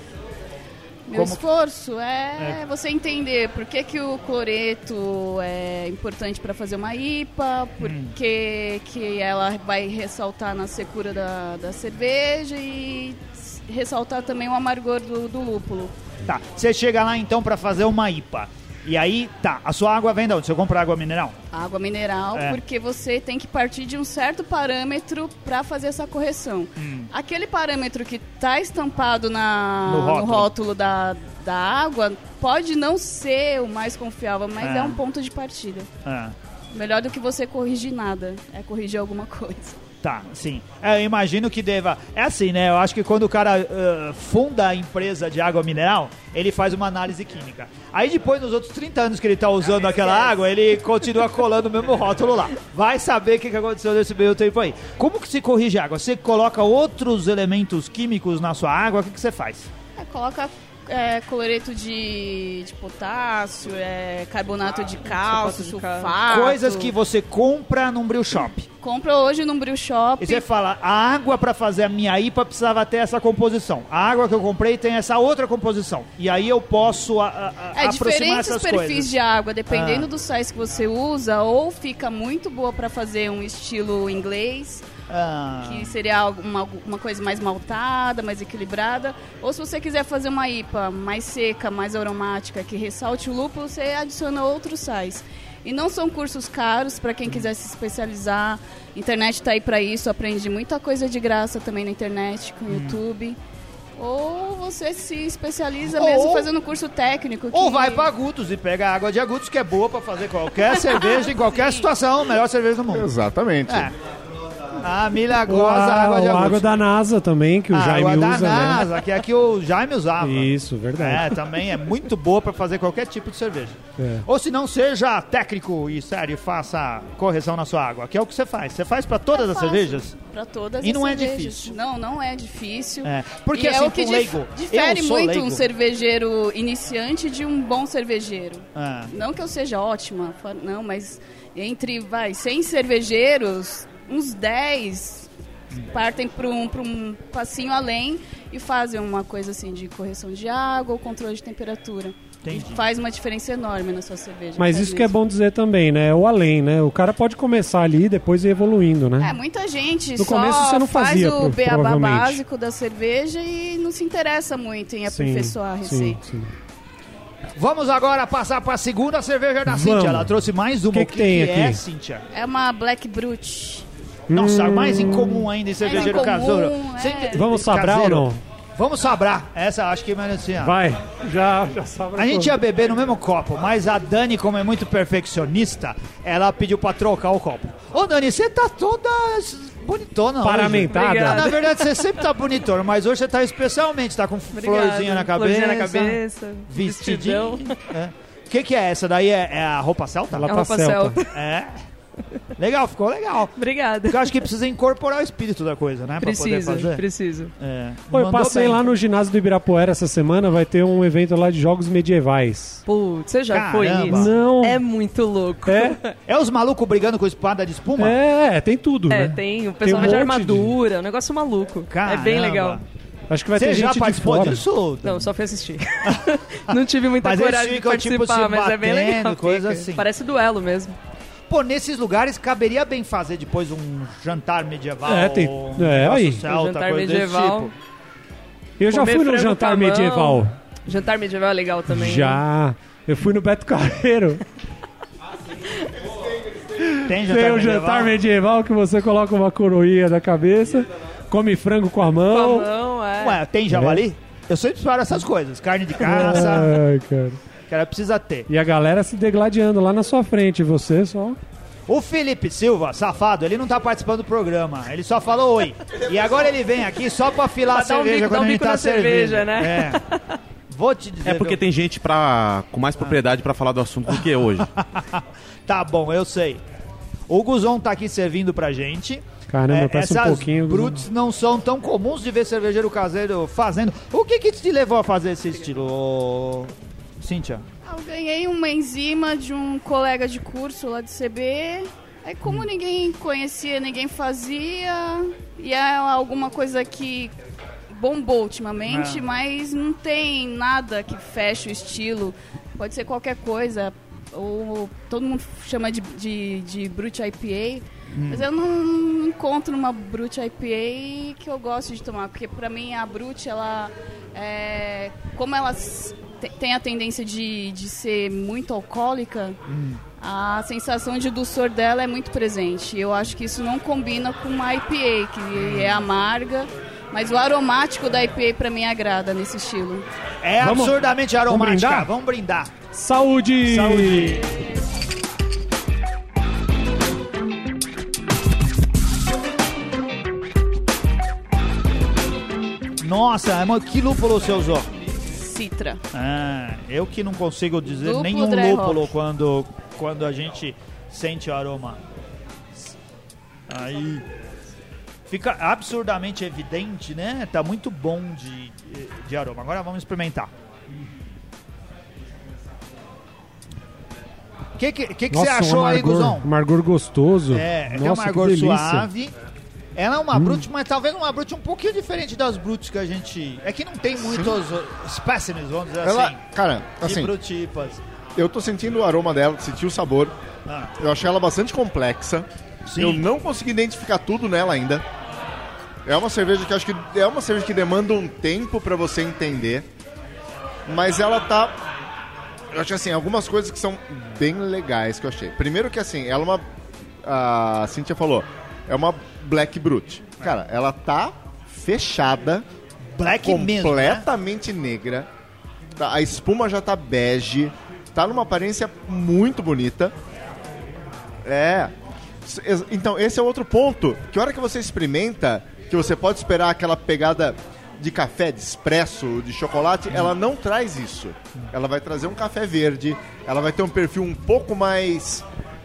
Meu Como- esforço é, você entender por que, que o cloreto é importante para fazer uma I P A, por Hum. que, que ela vai ressaltar na secura da, da cerveja e s- ressaltar também o amargor do, do lúpulo. Tá, você chega lá então para fazer uma I P A. E aí, tá, a sua água vem de onde? Você compra água mineral? Água mineral, É. porque você tem que partir de um certo parâmetro para fazer essa correção. Aquele parâmetro que está estampado na, No no rótulo. rótulo, da, da água pode não ser o mais confiável, mas É. é um ponto de partida. Ah, Melhor do que você corrigir nada, é corrigir alguma coisa. tá, sim. É, eu imagino que deva... É assim, né? Eu acho que quando o cara ah, funda a empresa de água mineral, ele faz uma análise química. Aí depois, nos outros trinta anos que ele tá usando aquela água, ele continua colando o mesmo rótulo lá. Vai saber o que, que aconteceu nesse meio tempo aí. Como que se corrige a água? Você coloca outros elementos químicos na sua água, o que, que você faz? É, coloca é, cloreto de, de potássio, é, carbonato de cálcio, sulfato de cálcio. sulfato. Coisas que você compra num brew shop. Compra hoje num brew shop. E você fala, a água para fazer a minha I P A precisava ter essa composição. A água que eu comprei tem essa outra composição. E aí eu posso a, a, a É, aproximar diferentes essas perfis coisas. de água, dependendo Ah. dos sais que você usa, ou fica muito boa para fazer um estilo inglês, Ah, que seria algo- uma, uma coisa mais maltada, mais equilibrada, ou se você quiser fazer uma I P A mais seca, mais aromática, que ressalte o lúpulo, você adiciona outros sais. E não são cursos caros para quem quiser se especializar. A internet está aí para isso, aprende muita coisa de graça também na internet, com o YouTube. Ou você se especializa Ou- mesmo fazendo curso técnico. ou que- vai para Agudos e pega a água de Agudos, que é boa para fazer qualquer cerveja, em qualquer situação. Melhor cerveja do mundo. Exatamente. É. A Milha Ou goza a, água de ou a Agudos. água da NASA também, que o A Jaime água usa, da né? NASA, que é a que o Jaime usava. Isso, verdade. É, também é muito boa para fazer qualquer tipo de cerveja. É. Ou se não, seja técnico e sério, e faça correção na sua água, que é o que você faz. Você faz para todas Eu as faço cervejas? Pra todas E as não é cervejas. difícil. Não, não é difícil. É. Porque e assim, é o que pra um dif- leigo, difere eu sou muito leigo. um cervejeiro iniciante de um bom cervejeiro. Ah. Não que eu seja ótima, fa- não, mas entre, vai, cem cervejeiros, uns dez partem para um, pra um passinho além e fazem uma coisa assim de correção de água ou controle de temperatura. Entendi. E faz uma diferença enorme na sua cerveja. Mas faz isso que é mesmo. bom dizer também, né? O além, né? O cara pode começar ali e depois ir evoluindo, né? É, muita gente No só começo você não fazia, faz o pro- beabá provavelmente. básico da cerveja e não se interessa muito em aperfeiçoar a receita. Sim, sim. Vamos agora passar para a segunda cerveja da Vamos. Cíntia. Ela trouxe mais uma. Que O que tem é, aqui? Cíntia? É uma Black Brute. Nossa, Hum. mais incomum ainda em cervejeiro incomum, caseiro. é. Você- Vamos sabrar ou caseiro. não? Vamos sabrar. Essa acho que merecia. Vai, já, já sabe. A gente ia beber no mesmo copo, mas a Dani, como é muito perfeccionista, ela pediu pra trocar o copo. Ô Dani, você tá toda bonitona hoje. Paramentada. Obrigada. Na verdade, você sempre tá bonitona, mas hoje você tá especialmente, tá com Obrigada. florzinha na cabeça. Florzinha na cabeça. Vestidinho. vestidão. É. O que que é essa daí? É, é a roupa celta? Ela É tá roupa celta. celta. É. Legal, ficou legal. Obrigada. Porque eu acho que precisa incorporar o espírito da coisa, né? Pra poder Preciso, fazer. preciso. É. Pô, eu Mandou passei bem. lá no ginásio do Ibirapuera essa semana, vai ter um evento lá de jogos medievais. Putz, você já foi Caramba. nisso? Não. É muito louco. É? É os malucos brigando com espada de espuma? É, tem tudo, É, né? tem. O Tem pessoal um vai de monte de- armadura, um negócio maluco. Caramba. É bem legal. Acho que vai Você ter já gente de participou fora. disso? Não, só fui assistir. Não tive muita Mas eles coragem de ficam, tipo, participar, se mas é bem batendo, legal. coisa Fica. assim. Parece duelo mesmo. Pô, nesses lugares caberia bem fazer depois um jantar medieval. É, tem- um é, negócio aí. celta, Um jantar coisa desse medieval. tipo. Eu já Comer fui no frango jantar com a mão. medieval. Jantar medieval é legal também. né? Já. Eu fui no Beto Carreiro. Tem Tem um jantar medieval que você coloca uma coroinha na cabeça, come frango com a Com a mão. mão, é. Ué, tem javali? Eu sempre espero essas coisas. Carne de caça, Ai, cara. que ela precisa ter. E a galera se degladiando lá na sua frente, e você só... O Felipe Silva, safado, ele não tá participando do programa. Ele só falou oi. E agora ele vem aqui só pra afilar a Pra dar um cerveja bico- quando dar um a gente bico tá na cerveja, servindo. né? É. Vou te dizer. É porque viu? tem gente pra, com mais propriedade pra falar do assunto do que hoje. Tá bom, eu sei. O Guzon tá aqui servindo pra gente. Caramba, parece um essas pouquinho, Guzon. brutes não são tão comuns de ver cervejeiro caseiro fazendo. O que que te levou a fazer esse estilo, ô, Cíntia? Eu ganhei uma enzima de um colega de curso lá de C B. Aí como ninguém conhecia, ninguém fazia, e é alguma coisa que bombou ultimamente, É. mas não tem nada que feche o estilo. Pode ser qualquer coisa. Ou todo mundo chama de, de, de Brut I P A, mas eu não encontro uma Brut I P A que eu gosto de tomar, porque pra mim a Brut, ela é, como ela s- te- tem a tendência de, de ser muito alcoólica, a sensação de dulçor dela é muito presente. Eu acho que isso não combina com uma I P A, que é amarga, mas o aromático da I P A pra mim agrada nesse estilo. É Vamos- absurdamente vamos aromática. brindar? Vamos brindar. Saúde! Saúde. Nossa, mas que lúpulo você usou? Citra. Ah, eu que não consigo dizer Lúpulo nenhum dry lúpulo hop. quando, quando a gente sente o aroma. Aí fica absurdamente evidente, né? Tá muito bom de, de aroma. Agora vamos experimentar. O que, que, que, que você Nossa, achou um aí, amargor, Guzão? amargor gostoso. É, é Nossa, um que amargor delícia. suave. Ela é uma brute, mas talvez uma brute um pouquinho diferente das brutes que a gente... É que não tem muitos uh, espécimes, vamos dizer Ela, assim, cara, de assim, brutipas. eu tô sentindo o aroma dela, senti o sabor. Ah, Eu achei ela bastante complexa. Sim. Eu não consegui identificar tudo nela ainda. É uma cerveja que eu acho que é uma cerveja que demanda um tempo pra você entender. Mas ela tá... Eu acho assim, algumas coisas que são bem legais que eu achei. Primeiro que assim, ela é uma... A Cíntia falou, é uma Black Brute. Cara, ela tá fechada, Black mesmo, né? completamente negra. Tá, a espuma já tá bege. Tá numa aparência muito bonita. É. S- ex- Então, esse é outro ponto. Que hora que você experimenta, que você pode esperar aquela pegada de café, de espresso, de chocolate, ela não traz isso. Ela vai trazer um café verde, ela vai ter um perfil um pouco mais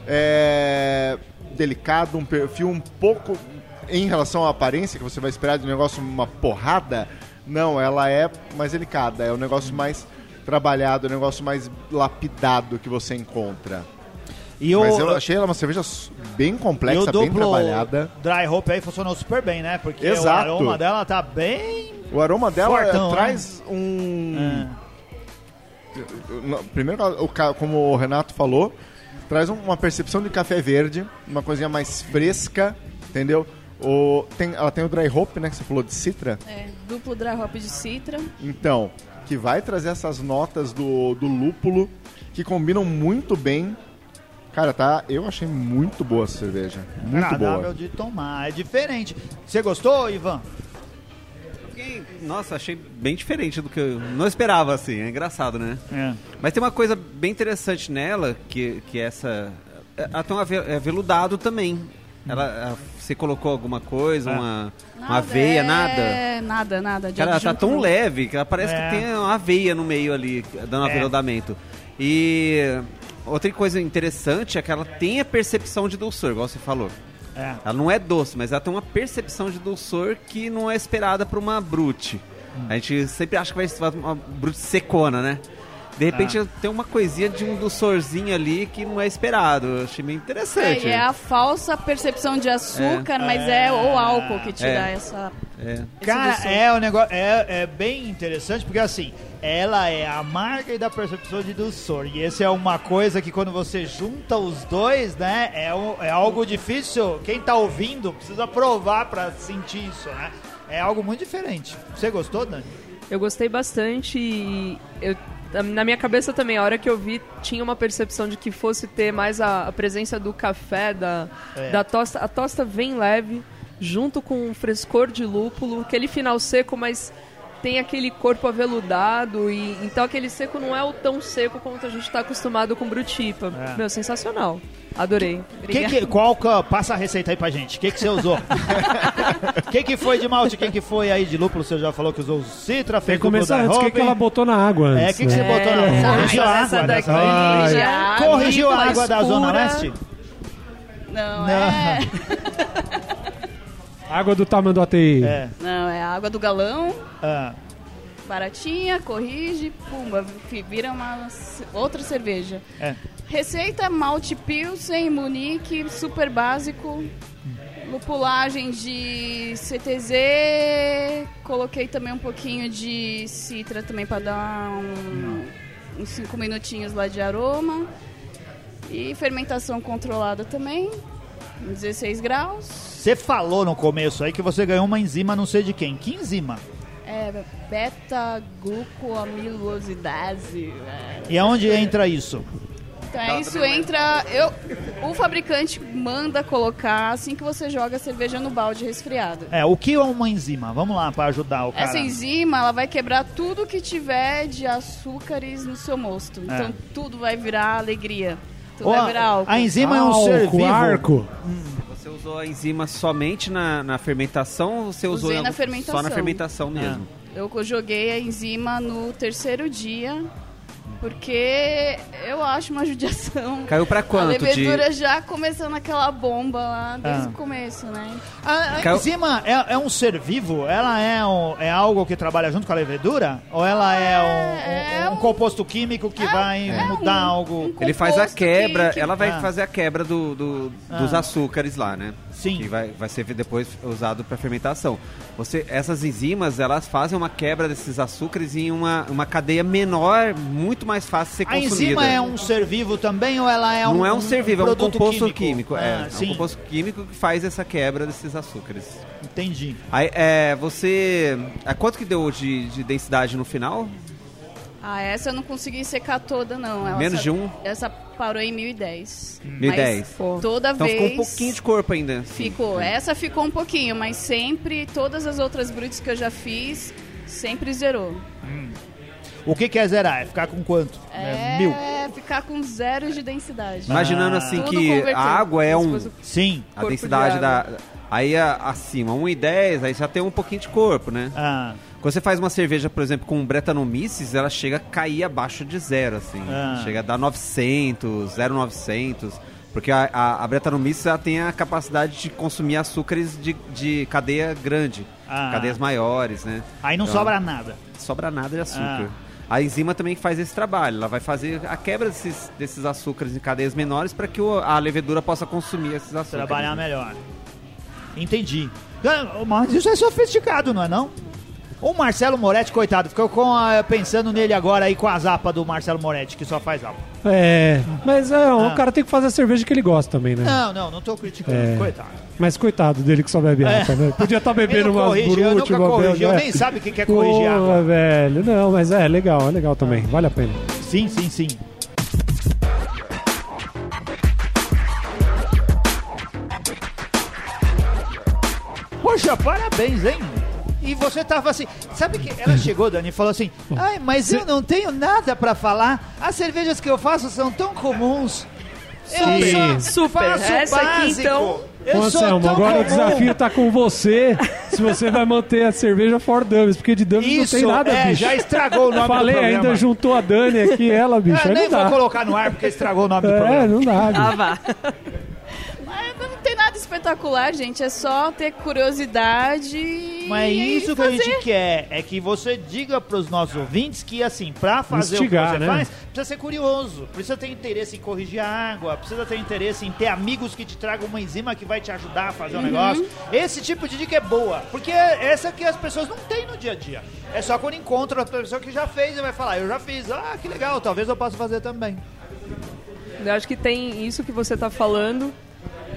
é, delicado, um perfil um pouco em relação à aparência, que você vai esperar de um negócio, uma porrada. Não, ela é mais delicada, é um negócio mais trabalhado, é um negócio mais lapidado que você encontra. E o, Mas eu achei ela uma cerveja s- bem e o complexa, bem duplo trabalhada. dry hop aí funcionou super bem, né? Porque Exato. o aroma dela tá bem... O aroma dela Fortão, eh, traz um... É. No- Primeiro, o ca- como o Renato falou, traz um- uma percepção de café verde, uma coisinha mais fresca, entendeu? O, tem, ela tem o dry hop, né, que você falou de citra. É, duplo dry hop de citra. Então, que vai trazer essas notas do, do lúpulo, que combinam muito bem. Cara, tá, eu achei muito boa essa cerveja. Muito agradável boa. de tomar. É diferente. Você gostou, Ivan? Fiquei- Nossa, achei bem diferente do que eu não esperava, assim. É engraçado, né? É. Mas tem uma coisa bem interessante nela, que, que essa... Ela tem um ave- é veludado também. Ela, ela- você colocou alguma coisa, É. uma, uma aveia, é... nada? Nada, nada. De Cara, ela tá adjunto, tão não. leve que ela parece É. que tem uma aveia no meio ali, dando É. aveludamento. E outra coisa interessante é que ela tem a percepção de dulçor, igual você falou. É. Ela não é doce, mas ela tem uma percepção de dulçor que não é esperada para uma brute. A gente sempre acha que vai ser uma brute secona, né? De repente Ah. tem uma coisinha de um dulçorzinho ali que não é esperado. Eu achei meio É, interessante. e é a falsa percepção de açúcar, mas é o álcool que te É. dá essa... É. esse Cara, dulçor. é, o negócio, é, é bem interessante, porque assim, ela é amarga e dá percepção de dulçor. E essa é uma coisa que quando você junta os dois, né, é, um- é algo difícil. Quem tá ouvindo precisa provar pra sentir isso, né? É algo muito diferente. Você gostou, Dani? Eu gostei bastante e eu, na minha cabeça também, a hora que eu vi, tinha uma percepção de que fosse ter mais a, a presença do café, da, É. da tosta. A tosta vem leve, junto com um frescor de lúpulo, aquele final seco, mas tem aquele corpo aveludado, e então aquele seco não é o tão seco quanto a gente está acostumado com brutipa. É. Meu, sensacional. Adorei. Que que, qual que, passa a receita aí pra gente. O que, que você usou? O que, que foi de malte? O que, que foi aí de lúpulo? Você já falou que usou o Citra, Tem fez que começar antes. O que, que ela botou na água antes? É, o que, que você né? botou na É. Corrigiu a Essa água daqui, dessa aí? corrige a água, Corrigiu a limpa, água da escura. Zona Leste? Não, Não. é... Água do Tamanduateí. É. Não, é a água do galão, Ah, baratinha, corrige, pumba, fi- vira uma ce- outra cerveja. é. Receita, malte Pilsen, Munique, super básico. Lupulagem de C T Z. Coloquei também um pouquinho de Citra também para dar um- uns cinco minutinhos lá de aroma. E fermentação controlada também, dezesseis graus. Você falou no começo aí que você ganhou uma enzima não sei de quem. Que enzima? É, beta-glucoamilosidase. É. E aonde entra isso? Então é isso, entra. Eu, o fabricante manda colocar assim que você joga a cerveja no balde resfriado. É, o que é uma enzima? Vamos lá pra ajudar o cara. Essa enzima, ela vai quebrar tudo que tiver de açúcares no seu mosto. Então É. tudo vai virar alegria. Tudo Ó, vai virar álcool. a enzima é um ser Álcool, vivo. arco. Você usou a enzima somente na, na fermentação ou você usou Usei em na algum- fermentação. só na fermentação mesmo? Eu joguei a enzima no terceiro dia, porque eu acho uma judiação. Caiu pra quanto A de... levedura já começando aquela bomba lá desde Ah. o começo, né? A, a Caiu- enzima é, é um ser vivo? Ela é, um, é algo que trabalha junto com a levedura? Ou ela é um, um- É um um- composto químico que vai é mudar um- algo? Ele faz a composto quebra, que- que- ela vai Ah. fazer a quebra do, do- dos Ah. açúcares lá, né? Sim. Que vai, vai ser depois usado para fermentação. Você, essas enzimas, elas fazem uma quebra desses açúcares em uma, uma cadeia menor, muito mais fácil de ser A consumida. enzima é um ser vivo também ou ela é um Não é um ser vivo, é um produto composto químico? químico. é, Ah, é sim, um composto químico que faz essa quebra desses açúcares. entendi. Aí, é, você... A quanto que deu de, de densidade no final? Ah, essa eu não consegui secar toda, não. Ela Menos essa- de um? Essa parou em mil e dez. mil e dez. Mas Pô. toda Então vez... ficou um pouquinho de corpo ainda. assim. Ficou. Essa ficou um pouquinho, mas sempre, todas as outras brutes que eu já fiz, sempre zerou. O que quer zerar? É ficar com quanto? É, Mil? ficar com zero de densidade. Imaginando Ah. assim Tudo que convertido. a água é um... Depois o Sim. A corpo densidade de da... Aí a- acima, um e dez, aí já tem um pouquinho de corpo, né? Ah, Quando você faz uma cerveja, por exemplo, com Brettanomyces, ela chega a cair abaixo de zero, assim. Ah. Chega a dar novecentos, zero vírgula novecentos. Porque a, a, a Brettanomyces ela tem a capacidade de consumir açúcares de, de cadeia grande. Ah. Cadeias maiores, né? aí não Então, sobra nada. Sobra nada de açúcar. Ah. A enzima também faz esse trabalho. Ela vai fazer a quebra desses, desses açúcares em cadeias menores para que o- a levedura possa consumir esses açúcares. Trabalhar melhor. Entendi. Ah, Mas isso é sofisticado, não é não? O Marcelo Moretti, coitado, ficou com a- pensando nele agora aí com a zapa do Marcelo Moretti, que só faz zapa. É, mas é, Ah. o cara tem que fazer a cerveja que ele gosta também, né? Não, não, não tô criticando, É. coitado. Mas coitado dele que só bebe É. água, né? Podia estar Ele bebendo não umas corrige, eu brute, nunca uma corrigi, eu bela- nem sabe o que que é corrigir Porra, água. velho. Não, mas é legal, é legal também. Vale a pena. Sim, sim, sim. Poxa, parabéns, hein? E você tava assim, sabe que ela chegou, Dani, e falou assim: ai, mas eu não tenho nada pra falar. As cervejas que eu faço são tão comuns. Eu só Super. faço Essa aqui, básico. então. Eu Ô, sou Anselmo, tão agora o comum. desafio tá com você. Se você vai manter a cerveja for dummies, porque de dummies Isso, não tem nada, é, bicho. já estragou o nome Falei, do programa. ainda juntou a Dani aqui, ela, bicho. É, aí nem não vou dá. colocar no ar porque estragou o nome do É, programa. não dá, bicho. Ah, vá. Mas não tem nada espetacular, gente. É só ter curiosidade. Mas é e isso que a fazer. gente quer, é que você diga pros nossos ouvintes que, assim, pra fazer Instigar, o que você né? faz, precisa ser curioso, precisa ter interesse em corrigir a água, precisa ter interesse em ter amigos que te tragam uma enzima que vai te ajudar a fazer um Uhum. negócio. Esse tipo de dica é boa, porque é essa que as pessoas não têm no dia a dia. É só quando encontra a pessoa que já fez e vai falar, eu já fiz, ah, que legal, talvez eu possa fazer também. Eu acho que tem isso que você tá falando.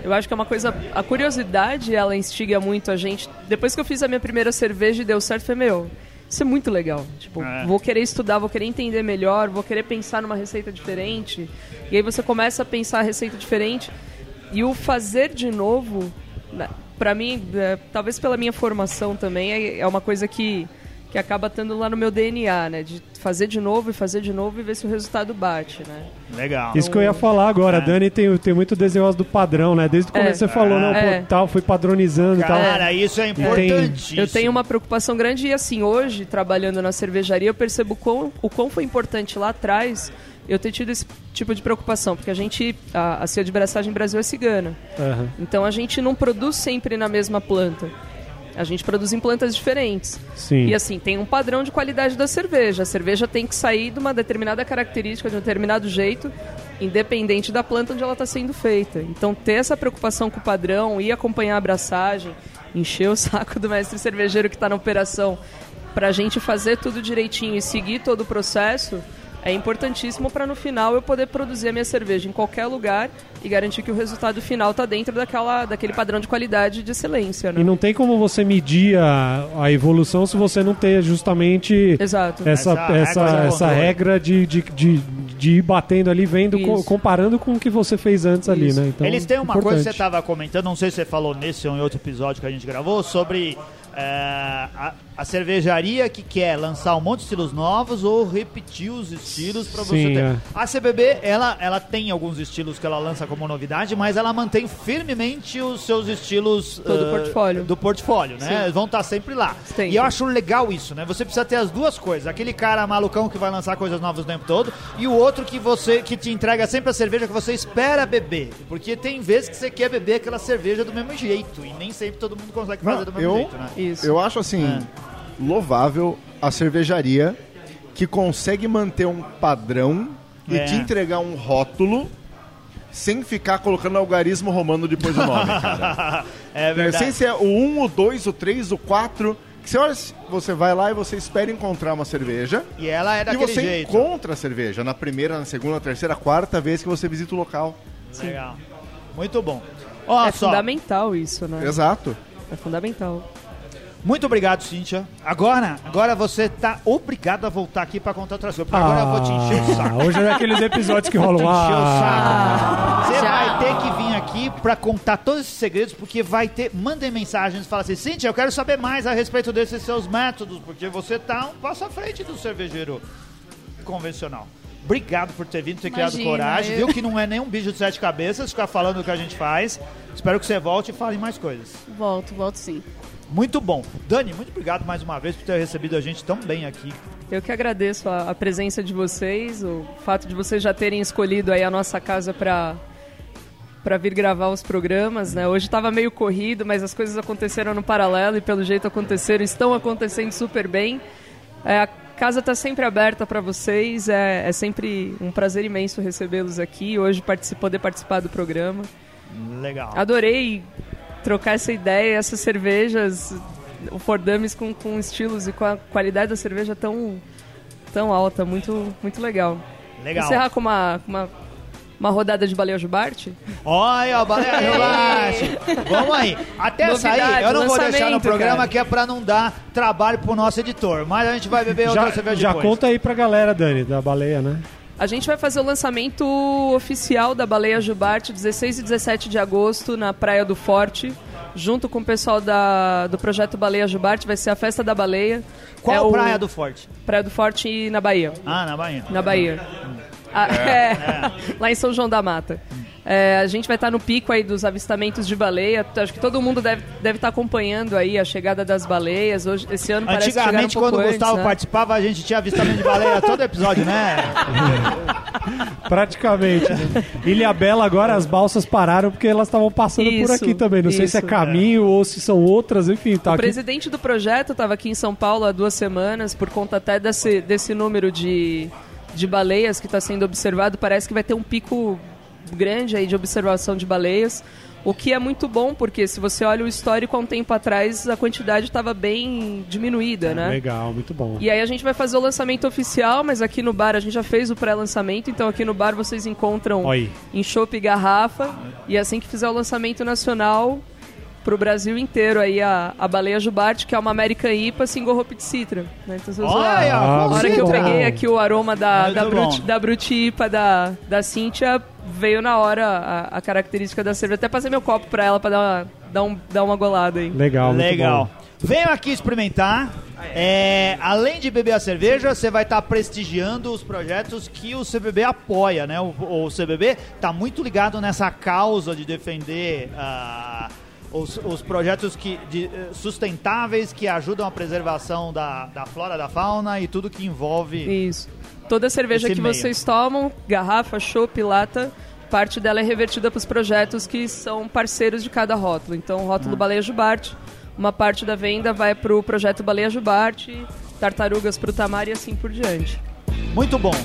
Eu acho que é uma coisa... A curiosidade, ela instiga muito a gente. Depois que eu fiz a minha primeira cerveja e deu certo, eu falei, meu, isso é muito legal. Tipo, É. vou querer estudar, vou querer entender melhor, vou querer pensar numa receita diferente. E aí você começa a pensar a receita diferente. E o fazer de novo, né, pra mim, é, talvez pela minha formação também, é, é uma coisa que... que acaba estando lá no meu D N A, né? De fazer de novo e fazer de novo e ver se o resultado bate, né? Legal. Isso que eu ia falar agora. É. A Dani tem, tem muito desse negócio do padrão, né? Desde o começo É. você falou, não, É. pô, tal, foi padronizando e tal. Cara, isso é importantíssimo. Eu tenho uma preocupação grande e, assim, hoje, trabalhando na cervejaria, eu percebo quão, o quão foi importante lá atrás eu ter tido esse tipo de preocupação, porque a gente, a, a cia de braçagem Brasil é cigana. Aham. Então a gente não produz sempre na mesma planta. A gente produz em plantas diferentes. Sim. E assim, tem um padrão de qualidade da cerveja. A cerveja tem que sair de uma determinada característica, de um determinado jeito, independente da planta onde ela está sendo feita. Então, ter essa preocupação com o padrão, ir acompanhar a abraçagem, encher o saco do mestre cervejeiro que está na operação, para a gente fazer tudo direitinho e seguir todo o processo, é importantíssimo para no final eu poder produzir a minha cerveja em qualquer lugar e garantir que o resultado final está dentro daquela, daquele padrão de qualidade e de excelência, né? E não tem como você medir a, a evolução se você não ter justamente Exato. essa, Essa essa, regra de essa controle. regra de, de, de, de ir batendo ali, vendo, co- Isso. comparando com o que você fez antes ali, Isso. né? Então, Eles têm uma coisa que importante. você estava comentando, não sei se você falou nesse ou em outro episódio que a gente gravou, sobre é, a, a cervejaria que quer lançar um monte de estilos novos ou repetir os estilos para você Sim, ter. é. A C B B, ela, ela tem alguns estilos que ela lança como novidade, mas ela mantém firmemente os seus estilos Todo o ah, portfólio. do portfólio, né? Sim. Eles vão estar sempre lá. Sempre. E eu acho legal isso, né? Você precisa ter as duas coisas. Aquele cara malucão que vai lançar coisas novas o tempo todo e o outro que você que te entrega sempre a cerveja que você espera beber. Porque tem vezes que você quer beber aquela cerveja do mesmo jeito e nem sempre todo mundo consegue fazer Não, do mesmo eu- jeito, né? Isso. Eu acho assim, É. louvável a cervejaria que consegue manter um padrão e É. te entregar um rótulo sem ficar colocando algarismo romano depois do nome, cara. É verdade. Sem ser o um, o dois, o três, o quatro. Que você, olha, você vai lá e você espera encontrar uma cerveja. E ela é E daquele você jeito. encontra a cerveja na primeira, na segunda, na terceira, quarta vez que você visita o local. Legal. Muito bom. Ó, É só. fundamental isso, né? Exato. É fundamental. Muito obrigado, Cíntia. Agora, agora você tá obrigado a voltar aqui pra contar outras coisas. Porque agora eu vou te encher o saco. Ah, hoje é daqueles episódios que rolam. Encher o Ah, saco. Você já. vai ter que vir aqui pra contar todos esses segredos, porque vai ter. Mandem mensagens e fala assim: Cíntia, eu quero saber mais a respeito desses seus métodos, porque você tá um passo à frente do cervejeiro convencional. Obrigado por ter vindo, ter criado Imagina, coragem. eu- Viu que não é nenhum bicho de sete cabeças ficar falando o que a gente faz. Espero que você volte e fale mais coisas. Volto, volto sim. Muito bom. Dani, muito obrigado mais uma vez por ter recebido a gente tão bem aqui. Eu que agradeço a, a presença de vocês, o fato de vocês já terem escolhido aí a nossa casa para para vir gravar os programas, né? Hoje estava meio corrido, mas as coisas aconteceram no paralelo e pelo jeito aconteceram, estão acontecendo super bem. É, a casa está sempre aberta para vocês, é, é sempre um prazer imenso recebê-los aqui, hoje partici- poder participar do programa. Legal. Adorei trocar essa ideia, essas cervejas, o Fordames com, com estilos e com a qualidade da cerveja tão, tão alta, muito, muito legal. Legal. Encerrar com uma, com uma, uma rodada de Baleia Jubarte? Olha, o Baleia Relaxe. Vamos aí. Até Novidade, sair, eu não vou deixar no lançamento, programa cara. que é pra não dar trabalho pro nosso editor. Mas a gente vai beber outra já cerveja já depois. conta aí pra galera, Dani, da baleia, né? A gente vai fazer o lançamento oficial da Baleia Jubarte, dezesseis e dezessete de agosto, na Praia do Forte, junto com o pessoal da, do projeto Baleia Jubarte, vai ser a Festa da Baleia. Qual É o- Praia do Forte? Praia do Forte na Bahia. Ah, na Bahia. Na Bahia. Ah, é, lá em São João da Mata. É, a gente vai estar no pico aí dos avistamentos de baleia. Acho que todo mundo deve, deve estar acompanhando aí a chegada das baleias. Hoje, esse ano parece que chegaram um Antigamente, pouco quando o antes, Gustavo né? participava, a gente tinha avistamento de baleia todo episódio, né? Praticamente. Né? Ilha Bela agora as balsas pararam porque elas estavam passando por Isso, aqui também. Não sei se é isso. caminho ou se são outras, enfim. Tá O aqui. presidente do projeto estava aqui em São Paulo há duas semanas, por conta até desse, desse número de, de baleias que está sendo observado. Parece que vai ter um pico grande aí de observação de baleias. O que é muito bom, porque se você olha o histórico há um tempo atrás, a quantidade estava bem diminuída, né? Legal, muito bom. E aí a gente vai fazer o lançamento oficial, mas aqui no bar a gente já fez o pré-lançamento, então aqui no bar vocês encontram Oi. em chopp e garrafa, e assim que fizer o lançamento nacional pro Brasil inteiro aí a, a Baleia Jubarte, que é uma American I P A Single Hop de Citra, né? Então vocês Olha, a Ah, hora que eu bom. peguei aqui o aroma da, Muito da, bom. Brut, da Brut I P A da, da Cíntia, veio na hora a, a característica da cerveja. Até passei meu copo pra ela pra dar uma, dar um, dar uma golada aí. Legal, muito Legal. bom. Venham aqui experimentar. É, além de beber a cerveja, você vai estar prestigiando os projetos que o C B B apoia, né? O, o C B B está muito ligado nessa causa de defender ah, os, os projetos que, de, eh, sustentáveis que ajudam a preservação da, da flora, da fauna e tudo que envolve. Isso. Toda cerveja Esse que meio. vocês tomam, garrafa, chopp, lata, parte dela é revertida para os projetos que são parceiros de cada rótulo. Então, o rótulo Baleia Jubarte, uma parte da venda vai para o projeto Baleia Jubarte, tartarugas para o Tamar e assim por diante. Muito bom.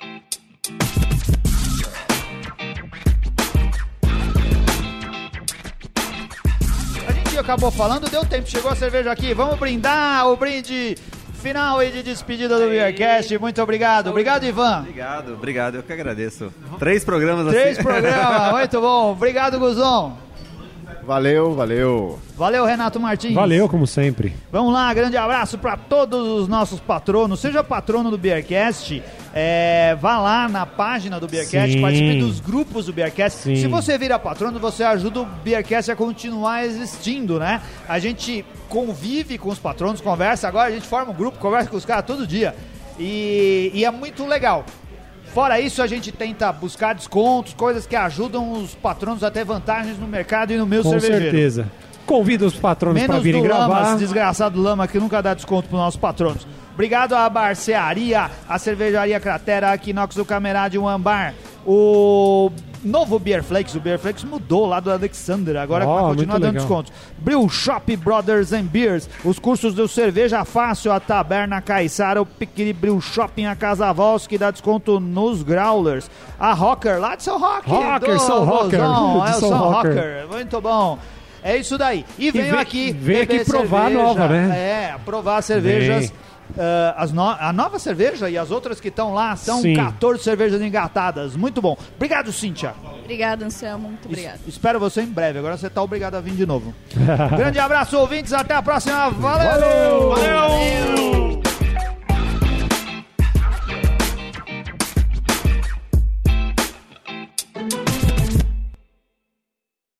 A gente acabou falando, deu tempo, chegou a cerveja aqui. Vamos brindar o brinde final e de despedida do Beercast. Muito obrigado. Obrigado, Ivan. Obrigado, obrigado. Eu que agradeço. Três programas Três assim. programas, muito bom. Obrigado, Guzon. Valeu, valeu. Valeu, Renato Martins. Valeu, como sempre. Vamos lá, grande abraço para todos os nossos patronos. Seja patrono do Beercast, é, vá lá na página do Beercast, Sim. participe dos grupos do Beercast. Sim. Se você vira patrono, você ajuda o Beercast a continuar existindo, né? A gente convive com os patronos, conversa. Agora a gente forma um grupo, conversa com os caras todo dia. E, e é muito legal. Fora isso, a gente tenta buscar descontos, coisas que ajudam os patronos a ter vantagens no mercado e no meu Com cervejeiro. certeza. Convido os patronos para Menos virem do Lama, gravar. esse desgraçado Lama que nunca dá desconto para os nossos patronos. Obrigado à Barcearia, a Cervejaria Cratera, a Quinox do Camerade, o Ambar, o novo Beer Flakes. O Beer Flakes mudou lá do Alexander, agora Oh, vai muito continuar dando legal. descontos. Brew Shop Brothers and Beers, os cursos do Cerveja Fácil, a Taberna Caiçara, o Piquiri Brew Shopping, a Casa Vols, que dá desconto nos Growlers. A Rocker, lá de São Roque. Rocker, do São Rocker, Bozão, de é o São São Rocker. Rocker. Muito bom. É isso daí. E venho vem- aqui. vem beber aqui provar a cerveja. nova, né? É, provar cervejas. Vem. Ah, as no- a nova cerveja e as outras que estão lá são Sim. quatorze cervejas engatadas. Muito bom. Obrigado, Cíntia. Obrigada, Anselmo. Muito obrigada. Es- Espero você em breve. Agora você tá obrigado a vir de novo. Grande abraço, ouvintes. Até a próxima. Valeu! Valeu! Valeu!